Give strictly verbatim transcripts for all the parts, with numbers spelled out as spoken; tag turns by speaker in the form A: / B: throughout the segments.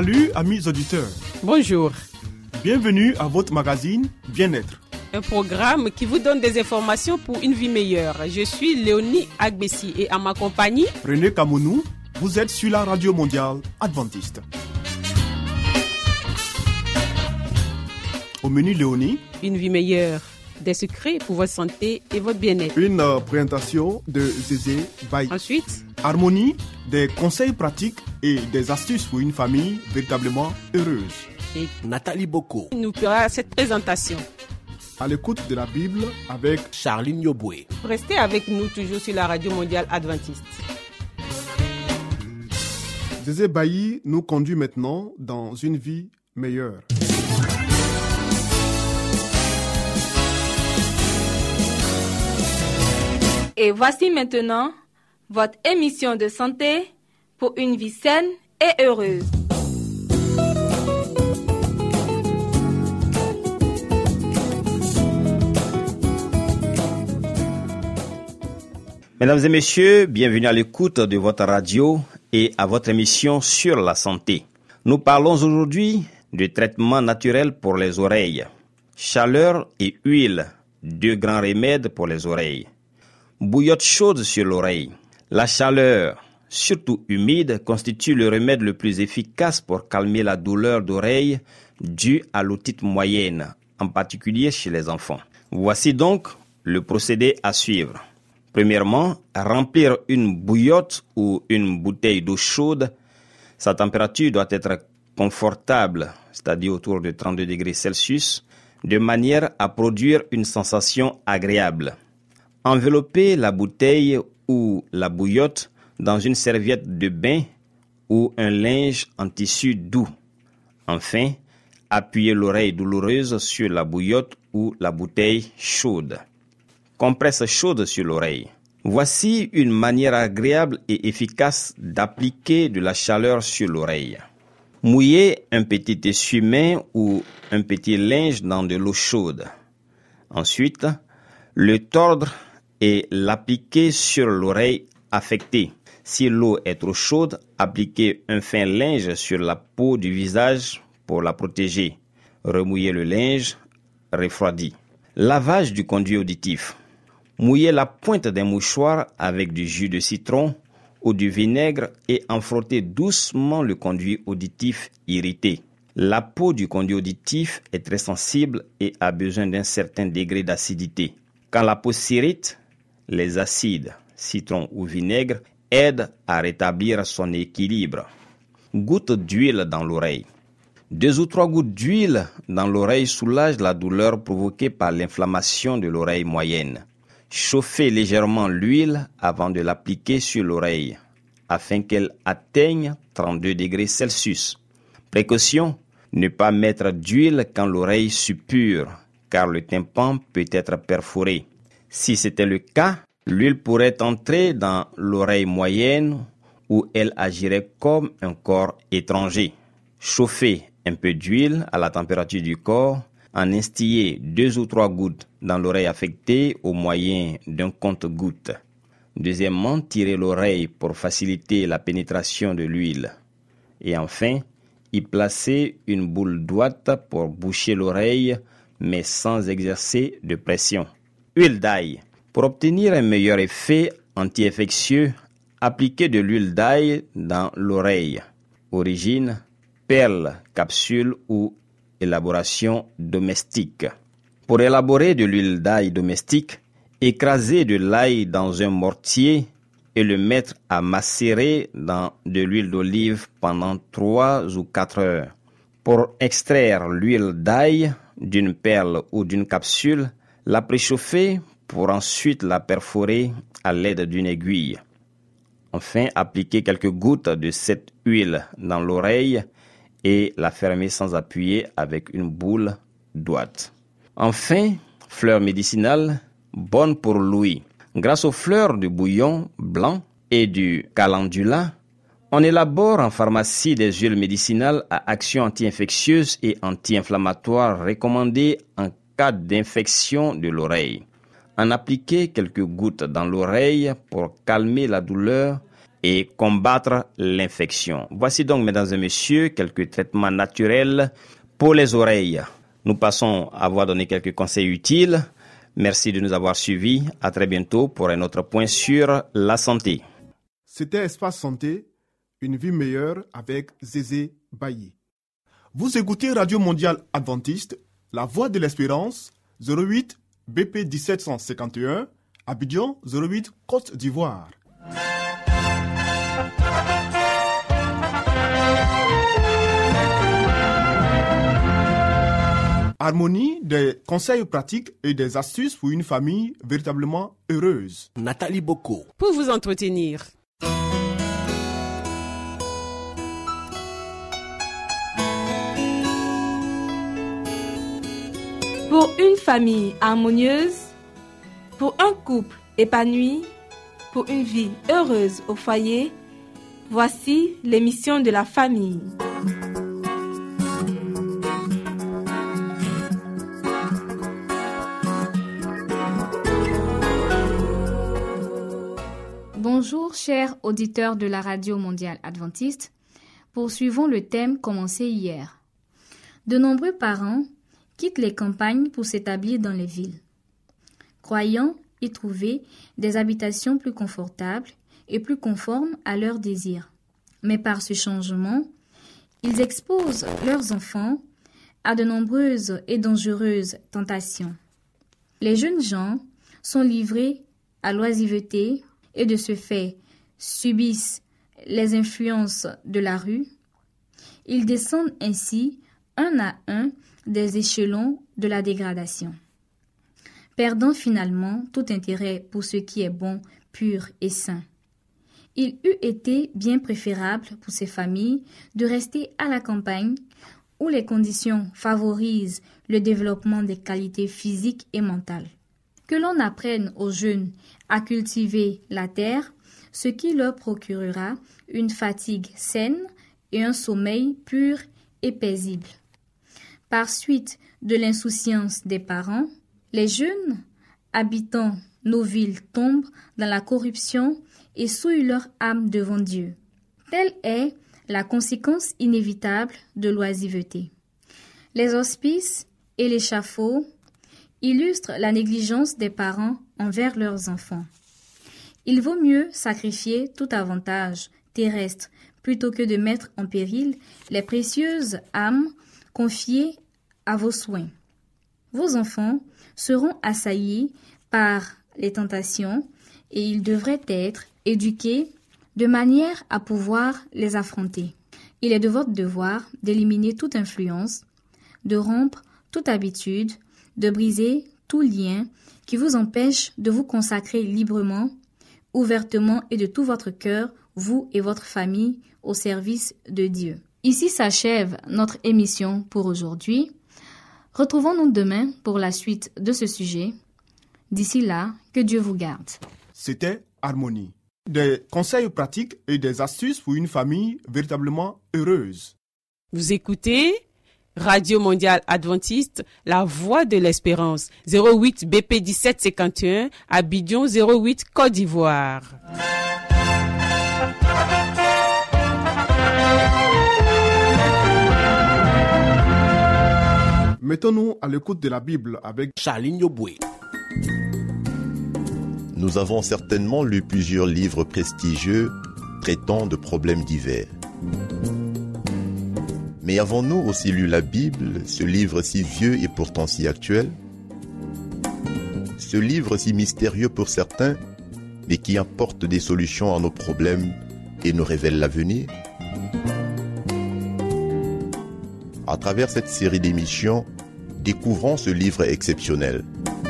A: Salut amis auditeurs.
B: Bonjour.
A: Bienvenue à votre magazine Bien-être.
B: Un programme qui vous donne des informations pour une vie meilleure. Je suis Léonie Agbessi et à ma compagnie,
A: René Kamounou, vous êtes sur la radio mondiale adventiste. Au menu Léonie,
B: une vie meilleure, des secrets pour votre santé et votre bien-être.
A: Une euh, présentation de Zézé Baye.
B: Ensuite,
A: Harmonie, des conseils pratiques et des astuces pour une famille véritablement heureuse.
B: Et
C: Nathalie Boko
B: nous fera cette présentation.
A: À l'écoute de la Bible avec
C: Charline Yoboué.
B: Restez avec nous toujours sur la radio mondiale adventiste.
A: Zézé Baye nous conduit maintenant dans une vie meilleure.
D: Et voici maintenant votre émission de santé pour une vie saine et heureuse.
E: Mesdames et messieurs, bienvenue à l'écoute de votre radio et à votre émission sur la santé. Nous parlons aujourd'hui de traitement naturel pour les oreilles. Chaleur et huile, deux grands remèdes pour les oreilles. Bouillotte chaude sur l'oreille. La chaleur, surtout humide, constitue le remède le plus efficace pour calmer la douleur d'oreille due à l'otite moyenne, en particulier chez les enfants. Voici donc le procédé à suivre. Premièrement, remplir une bouillotte ou une bouteille d'eau chaude. Sa température doit être confortable, c'est-à-dire autour de trente-deux degrés Celsius, de manière à produire une sensation agréable. Envelopper la bouteille ou la bouillotte dans une serviette de bain ou un linge en tissu doux. Enfin, appuyer l'oreille douloureuse sur la bouillotte ou la bouteille chaude. Compresse chaude sur l'oreille. Voici une manière agréable et efficace d'appliquer de la chaleur sur l'oreille. Mouiller un petit essuie-main ou un petit linge dans de l'eau chaude. Ensuite, le tordre et l'appliquer sur l'oreille affectée. Si l'eau est trop chaude, appliquez un fin linge sur la peau du visage pour la protéger. Remouillez le linge refroidi. Lavage du conduit auditif. Mouillez la pointe d'un mouchoir avec du jus de citron ou du vinaigre et en frottez doucement le conduit auditif irrité. La peau du conduit auditif est très sensible et a besoin d'un certain degré d'acidité. Quand la peau s'irrite, les acides, citron ou vinaigre, aident à rétablir son équilibre. Gouttes d'huile dans l'oreille. Deux ou trois gouttes d'huile dans l'oreille soulagent la douleur provoquée par l'inflammation de l'oreille moyenne. Chauffez légèrement l'huile avant de l'appliquer sur l'oreille, afin qu'elle atteigne trente-deux degrés Celsius. Précaution, ne pas mettre d'huile quand l'oreille suppure, car le tympan peut être perforé. Si c'était le cas, l'huile pourrait entrer dans l'oreille moyenne où elle agirait comme un corps étranger. Chauffez un peu d'huile à la température du corps, en instiller deux ou trois gouttes dans l'oreille affectée au moyen d'un compte-gouttes. Deuxièmement, tirez l'oreille pour faciliter la pénétration de l'huile. Et enfin, y placer une boule droite pour boucher l'oreille, mais sans exercer de pression. Huile d'ail. Pour obtenir un meilleur effet anti-infectieux, appliquez de l'huile d'ail dans l'oreille. Origine, perle, capsule ou élaboration domestique. Pour élaborer de l'huile d'ail domestique, écrasez de l'ail dans un mortier et le mettre à macérer dans de l'huile d'olive pendant trois ou quatre heures. Pour extraire l'huile d'ail d'une perle ou d'une capsule, la préchauffer pour ensuite la perforer à l'aide d'une aiguille. Enfin, appliquez quelques gouttes de cette huile dans l'oreille et la fermer sans appuyer avec une boule droite. Enfin, fleurs médicinales, bonnes pour l'ouïe. Grâce aux fleurs du bouillon blanc et du calendula, on élabore en pharmacie des huiles médicinales à action anti-infectieuse et anti-inflammatoire recommandées en cas d'infection de l'oreille. En appliquer quelques gouttes dans l'oreille pour calmer la douleur et combattre l'infection. Voici donc, mesdames et messieurs, quelques traitements naturels pour les oreilles. Nous passons à avoir donné quelques conseils utiles. Merci de nous avoir suivis. À très bientôt pour un autre point sur la santé.
A: C'était Espace Santé, une vie meilleure avec Zézé Bailly. Vous écoutez Radio Mondiale Adventiste, La Voix de l'Espérance, zéro huit B P dix-sept cent cinquante et un, Abidjan zéro huit, Côte d'Ivoire. Harmonie, des conseils pratiques et des astuces pour une famille véritablement heureuse.
C: Nathalie Boko.
B: Pour vous entretenir.
D: Pour une famille harmonieuse, pour un couple épanoui, pour une vie heureuse au foyer, voici l'émission de la famille.
F: Bonjour chers auditeurs de la Radio Mondiale Adventiste. Poursuivons le thème commencé hier. De nombreux parents quittent les campagnes pour s'établir dans les villes, croyant y trouver des habitations plus confortables et plus conformes à leurs désirs. Mais par ce changement, ils exposent leurs enfants à de nombreuses et dangereuses tentations. Les jeunes gens sont livrés à l'oisiveté et de ce fait subissent les influences de la rue. Ils descendent ainsi un à un des échelons de la dégradation, perdant finalement tout intérêt pour ce qui est bon, pur et sain. Il eût été bien préférable pour ces familles de rester à la campagne où les conditions favorisent le développement des qualités physiques et mentales. Que l'on apprenne aux jeunes à cultiver la terre, ce qui leur procurera une fatigue saine et un sommeil pur et paisible. Par suite de l'insouciance des parents, les jeunes habitant nos villes tombent dans la corruption et souillent leur âme devant Dieu. Telle est la conséquence inévitable de l'oisiveté. Les hospices et l'échafaud illustrent la négligence des parents envers leurs enfants. Il vaut mieux sacrifier tout avantage terrestre plutôt que de mettre en péril les précieuses âmes confiées à vos soins. Vos enfants seront assaillis par les tentations et ils devraient être éduqués de manière à pouvoir les affronter. Il est de votre devoir d'éliminer toute influence, de rompre toute habitude, de briser tout lien qui vous empêche de vous consacrer librement, ouvertement et de tout votre cœur, vous et votre famille, au service de Dieu. Ici s'achève notre émission pour aujourd'hui. Retrouvons-nous demain pour la suite de ce sujet. D'ici là, que Dieu vous garde.
A: C'était Harmonie. Des conseils pratiques et des astuces pour une famille véritablement heureuse.
B: Vous écoutez Radio Mondiale Adventiste, La Voix de l'Espérance, zéro huit B P dix-sept cinquante et un, Abidjan zéro huit, Côte d'Ivoire.
A: Mettons-nous à l'écoute de la Bible avec
C: Charline Yoboué.
G: Nous avons certainement lu plusieurs livres prestigieux traitant de problèmes divers. Mais avons-nous aussi lu la Bible, ce livre si vieux et pourtant si actuel? Ce livre si mystérieux pour certains, mais qui apporte des solutions à nos problèmes et nous révèle l'avenir? À travers cette série d'émissions, découvrons ce livre exceptionnel.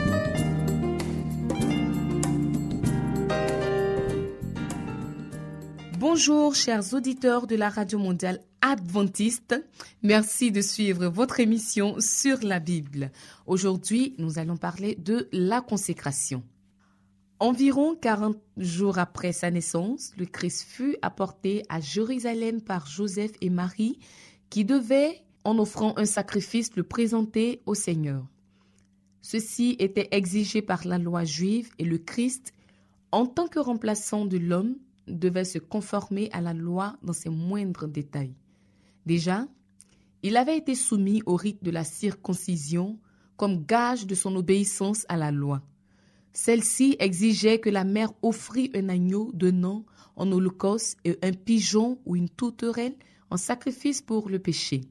H: Bonjour chers auditeurs de la Radio Mondiale Adventiste, merci de suivre votre émission sur la Bible. Aujourd'hui, nous allons parler de la consécration. Environ quarante jours après sa naissance, le Christ fut apporté à Jérusalem par Joseph et Marie qui devaient, en offrant un sacrifice, le présenter au Seigneur. Ceci était exigé par la loi juive et le Christ, en tant que remplaçant de l'homme, devait se conformer à la loi dans ses moindres détails. Déjà, il avait été soumis au rite de la circoncision comme gage de son obéissance à la loi. Celle-ci exigeait que la mère offrît un agneau donnant en holocauste et un pigeon ou une tourterelle en sacrifice pour le péché.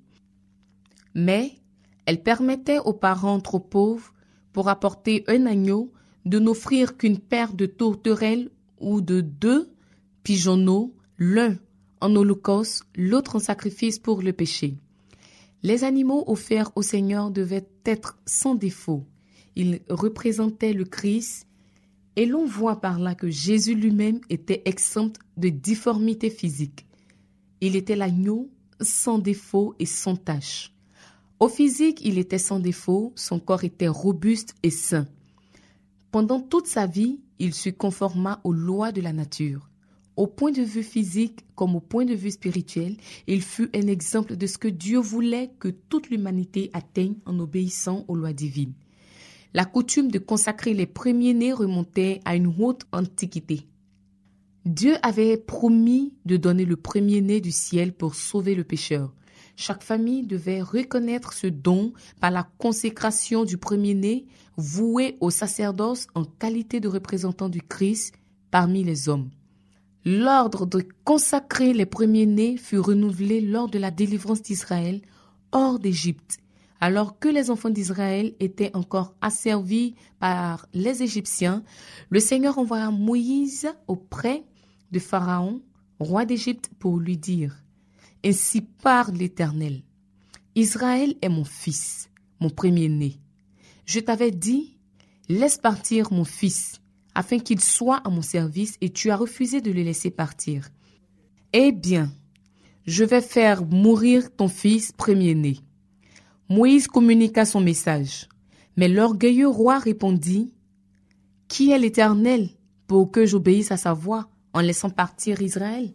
H: Mais elle permettait aux parents trop pauvres, pour apporter un agneau, de n'offrir qu'une paire de tourterelles ou de deux pigeonneaux, l'un en holocauste, l'autre en sacrifice pour le péché. Les animaux offerts au Seigneur devaient être sans défaut. Ils représentaient le Christ et l'on voit par là que Jésus lui-même était exempt de difformité physique. Il était l'agneau sans défaut et sans tache. Au physique, il était sans défaut, son corps était robuste et sain. Pendant toute sa vie, il se conforma aux lois de la nature. Au point de vue physique comme au point de vue spirituel, il fut un exemple de ce que Dieu voulait que toute l'humanité atteigne en obéissant aux lois divines. La coutume de consacrer les premiers-nés remontait à une haute antiquité. Dieu avait promis de donner le premier-né du ciel pour sauver le pécheur. Chaque famille devait reconnaître ce don par la consécration du premier-né voué au sacerdoce en qualité de représentant du Christ parmi les hommes. L'ordre de consacrer les premiers-nés fut renouvelé lors de la délivrance d'Israël hors d'Égypte, alors que les enfants d'Israël étaient encore asservis par les Égyptiens. Le Seigneur envoya Moïse auprès de Pharaon, roi d'Égypte, pour lui dire « Ainsi parle l'Éternel, Israël est mon fils, mon premier-né. Je t'avais dit, laisse partir mon fils, afin qu'il soit à mon service, et tu as refusé de le laisser partir. Eh bien, je vais faire mourir ton fils premier-né. » Moïse communiqua son message, mais l'orgueilleux roi répondit, « Qui est l'Éternel pour que j'obéisse à sa voix en laissant partir Israël?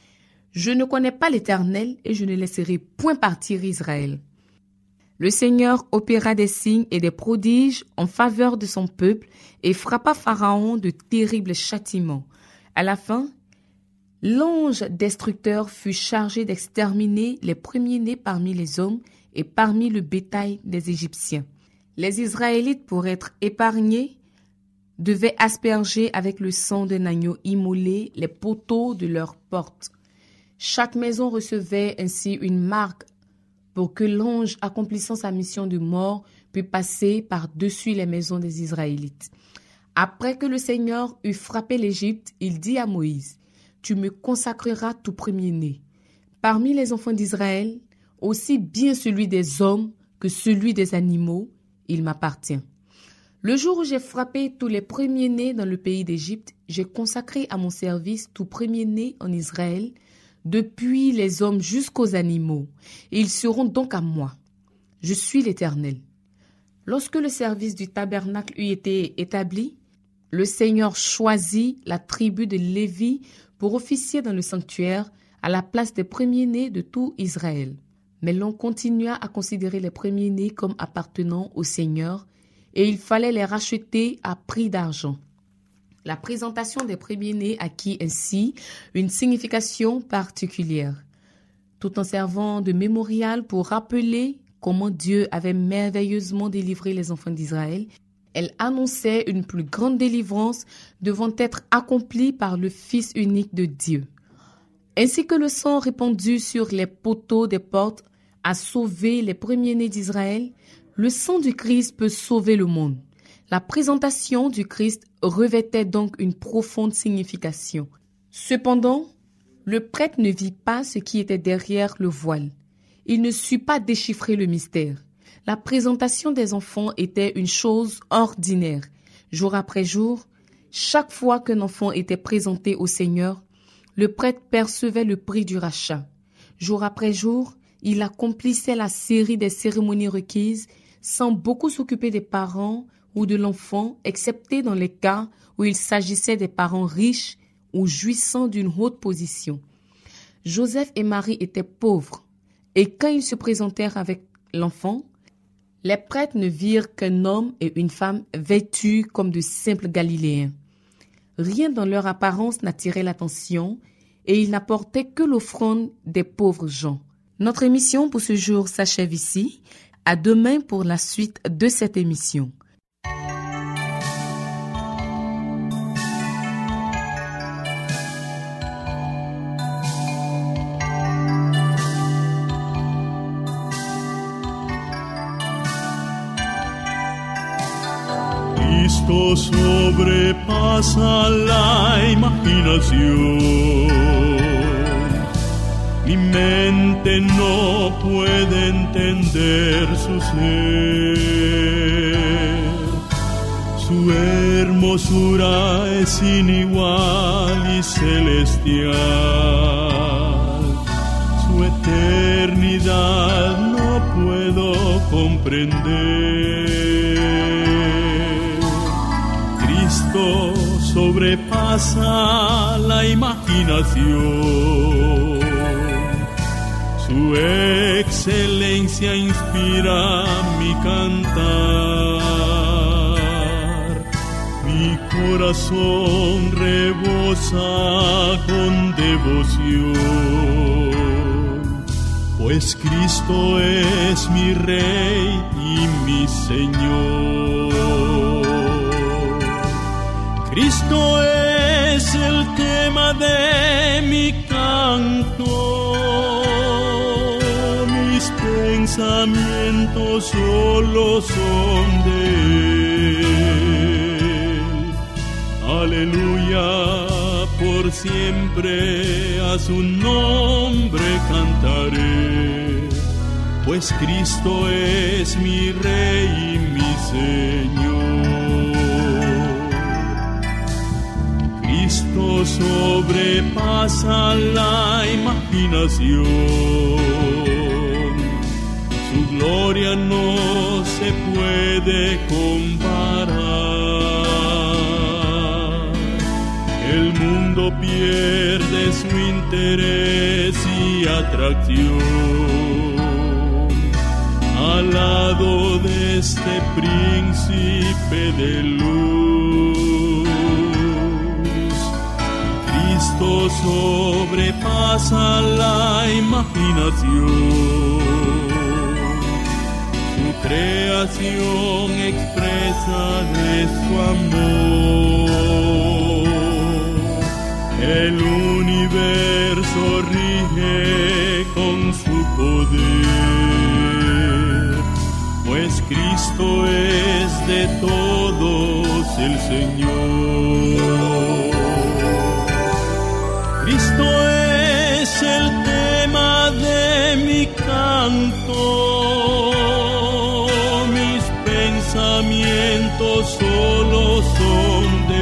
H: Je ne connais pas l'Éternel et je ne laisserai point partir Israël. » Le Seigneur opéra des signes et des prodiges en faveur de son peuple et frappa Pharaon de terribles châtiments. À la fin, l'ange destructeur fut chargé d'exterminer les premiers-nés parmi les hommes et parmi le bétail des Égyptiens. Les Israélites, pour être épargnés, devaient asperger avec le sang d'un agneau immolé les poteaux de leurs portes. Chaque maison recevait ainsi une marque pour que l'ange accomplissant sa mission de mort pût passer par-dessus les maisons des Israélites. Après que le Seigneur eut frappé l'Égypte, il dit à Moïse, « Tu me consacreras tout premier-né. Parmi les enfants d'Israël, aussi bien celui des hommes que celui des animaux, il m'appartient. Le jour où j'ai frappé tous les premiers-nés dans le pays d'Égypte, j'ai consacré à mon service tout premier-né en Israël, depuis les hommes jusqu'aux animaux. Ils seront donc à moi. Je suis l'Éternel. » Lorsque le service du tabernacle eut été établi, le Seigneur choisit la tribu de Lévi pour officier dans le sanctuaire à la place des premiers-nés de tout Israël. Mais l'on continua à considérer les premiers-nés comme appartenant au Seigneur et il fallait les racheter à prix d'argent. La présentation des premiers-nés acquit ainsi une signification particulière, tout en servant de mémorial pour rappeler comment Dieu avait merveilleusement délivré les enfants d'Israël. Elle annonçait une plus grande délivrance devant être accomplie par le Fils unique de Dieu. Ainsi que le sang répandu sur les poteaux des portes a sauvé les premiers-nés d'Israël, le sang du Christ peut sauver le monde. La présentation du Christ revêtait donc une profonde signification. Cependant, le prêtre ne vit pas ce qui était derrière le voile. Il ne sut pas déchiffrer le mystère. La présentation des enfants était une chose ordinaire. Jour après jour, chaque fois qu'un enfant était présenté au Seigneur, le prêtre percevait le prix du rachat. Jour après jour, il accomplissait la série des cérémonies requises sans beaucoup s'occuper des parents ou de l'enfant, excepté dans les cas où il s'agissait des parents riches ou jouissant d'une haute position. Joseph et Marie étaient pauvres, et quand ils se présentèrent avec l'enfant, les prêtres ne virent qu'un homme et une femme vêtus comme de simples Galiléens. Rien dans leur apparence n'attirait l'attention et ils n'apportaient que l'offrande des pauvres gens. Notre émission pour ce jour s'achève ici. À demain pour la suite de cette émission.
I: Cristo sobrepasa la imaginación. Mi mente no puede entender su ser. Su hermosura es sin igual y celestial. Su eternidad no puedo comprender. Cristo sobrepasa la imaginación. Su excelencia inspira mi cantar. Mi corazón rebosa con devoción, pues Cristo es mi Rey y mi Señor. Cristo es el tema de mi canto. Mis pensamientos solo son de Él. Aleluya, por siempre a su nombre cantaré, pues Cristo es mi Rey y mi Señor. Cristo sobrepasa la imaginación. Su gloria no se puede comparar. El mundo pierde su interés y atracción al lado de este príncipe de luz. Cristo sobrepasa la imaginación. Creación expresa de su amor. El universo rige con su poder, pues Cristo es de todos el Señor. Cristo es el tema de mi canto. Pensamientos solo son de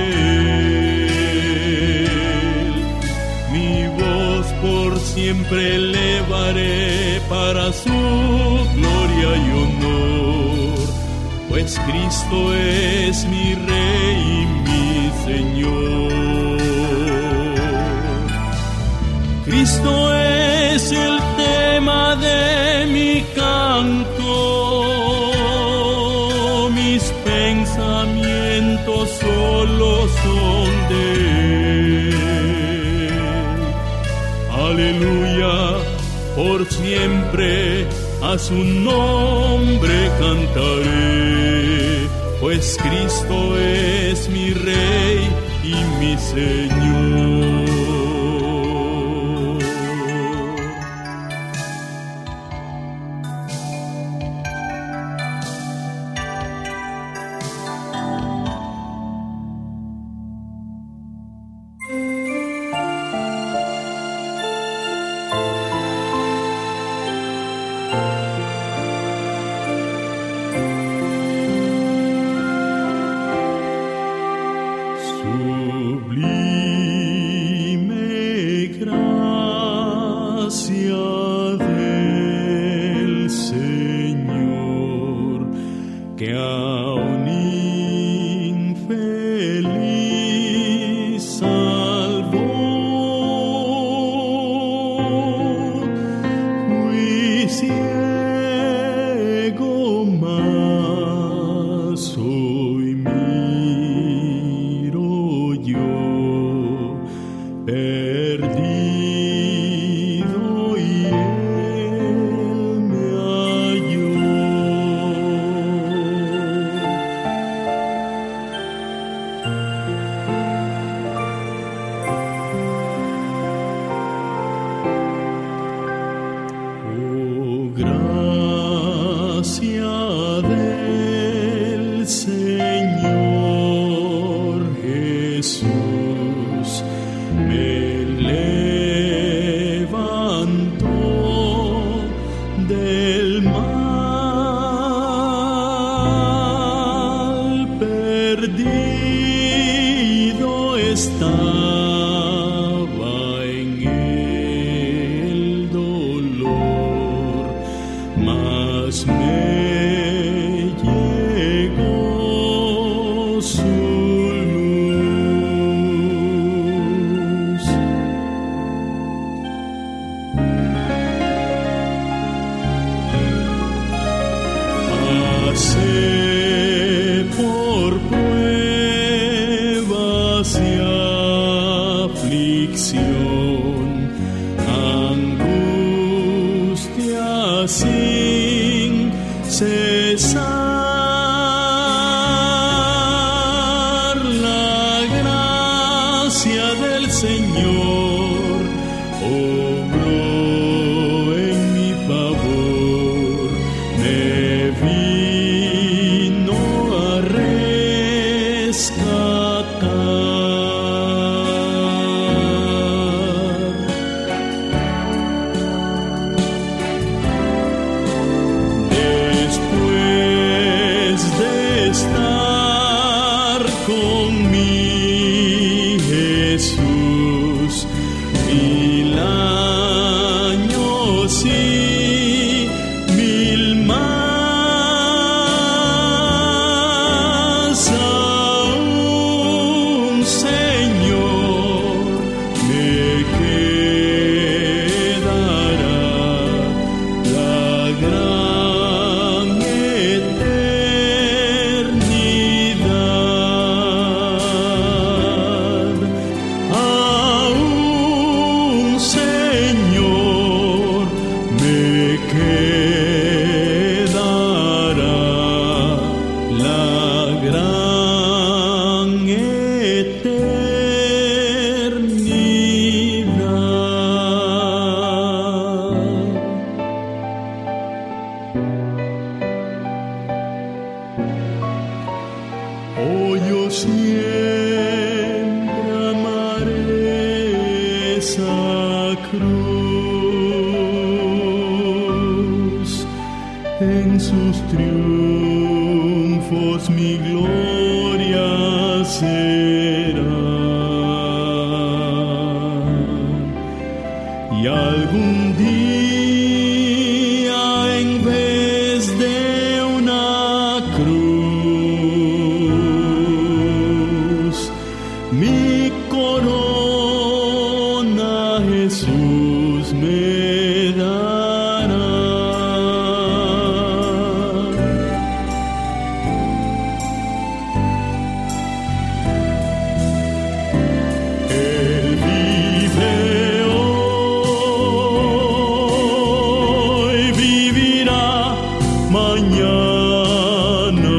I: Él. Mi voz por siempre elevaré para su gloria y honor, pues Cristo es mi Rey y mi Señor. Cristo es el tema de mi canto. Pensamientos solo son de Él. Aleluya, por siempre a su nombre cantaré, pues Cristo es mi Rey y mi Señor. perdido estaba en el dolor, mas me llegó su luz. Pasé por pruebas y aflicción, angustia sin cesar. La gracia del Señor obró en mi favor, me vino a rescatar. Después de estar con mi Jesús mil años y mil más, aún, Señor, me quedará la gran eternidad. Aún, Señor, me quedará la gran eternidad. Oh, yo siempre amaré esa cruz, en sus triunfos mi gloria será. Y algún día, en vez de una cruz, mi corona Jesús me dará. Él vive hoy, vivirá mañana.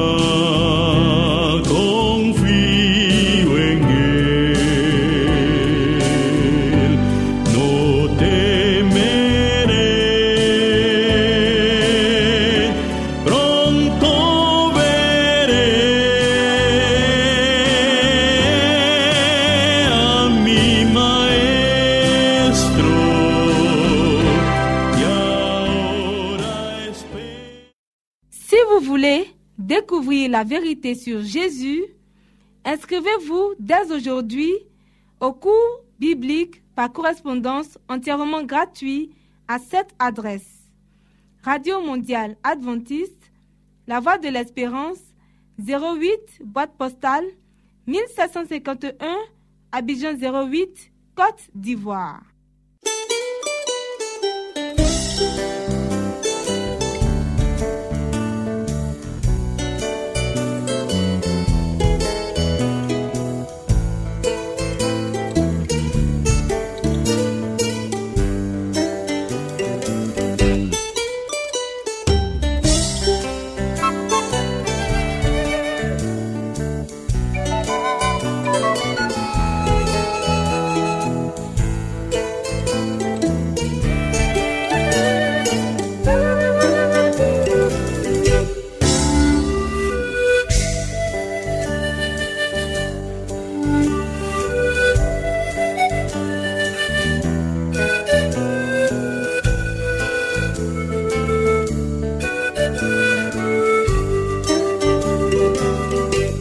I: Confío en Él, no temeré. Pronto veré a mi Maestro, y ahora espero.
D: Si vous voulez découvrir la vérité sur Jésus, inscrivez-vous dès aujourd'hui au cours biblique par correspondance entièrement gratuit à cette adresse: Radio Mondiale Adventiste, La Voix de l'Espérance, zéro huit, boîte postale mille sept cent cinquante et un, Abidjan zéro huit, Côte d'Ivoire.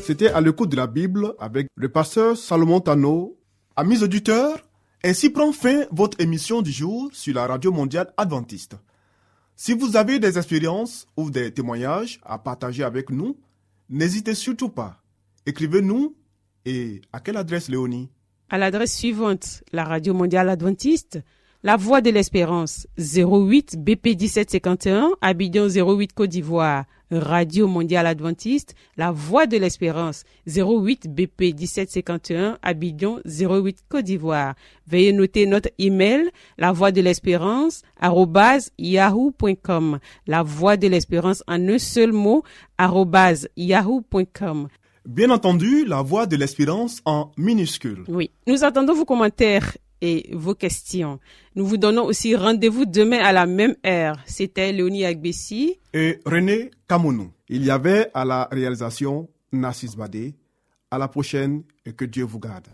A: C'était à l'écoute de la Bible avec le pasteur Salomon Tano. Amis auditeurs, ainsi prend fin votre émission du jour sur la Radio Mondiale Adventiste. Si vous avez des expériences ou des témoignages à partager avec nous, n'hésitez surtout pas. Écrivez-nous et à quelle adresse, Léonie?
B: À l'adresse suivante, la Radio Mondiale Adventiste, La Voix de l'Espérance, zéro huit B P dix-sept cinquante et un, Abidjan zéro huit Côte d'Ivoire. Radio Mondiale Adventiste, La Voix de l'Espérance, zéro huit B P dix-sept cinquante et un, Abidjan zéro huit Côte d'Ivoire. Veuillez noter notre email, la voix de l'espérance, arobase yahoo point com. La Voix de l'Espérance en un seul mot, arobase yahoo point com.
A: Bien entendu, La Voix de l'Espérance en minuscule.
B: Oui, nous attendons vos commentaires et vos questions. Nous vous donnons aussi rendez-vous demain à la même heure. C'était Léonie Agbessi
A: et René Kamounou. Il y avait à la réalisation Narcisse Badé. À la prochaine et que Dieu vous garde.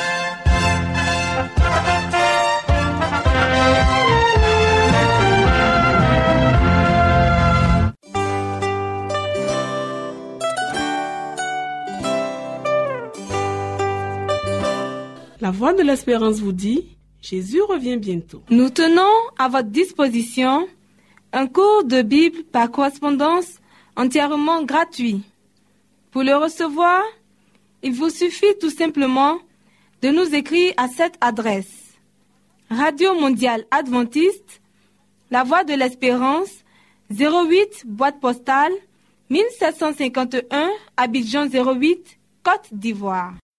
J: La Voix de l'Espérance vous dit, Jésus revient bientôt.
D: Nous tenons à votre disposition un cours de Bible par correspondance entièrement gratuit. Pour le recevoir, il vous suffit tout simplement de nous écrire à cette adresse. Radio Mondiale Adventiste, La Voix de l'Espérance, zéro huit, boîte postale, mille sept cent cinquante et un, Abidjan zéro huit, Côte d'Ivoire.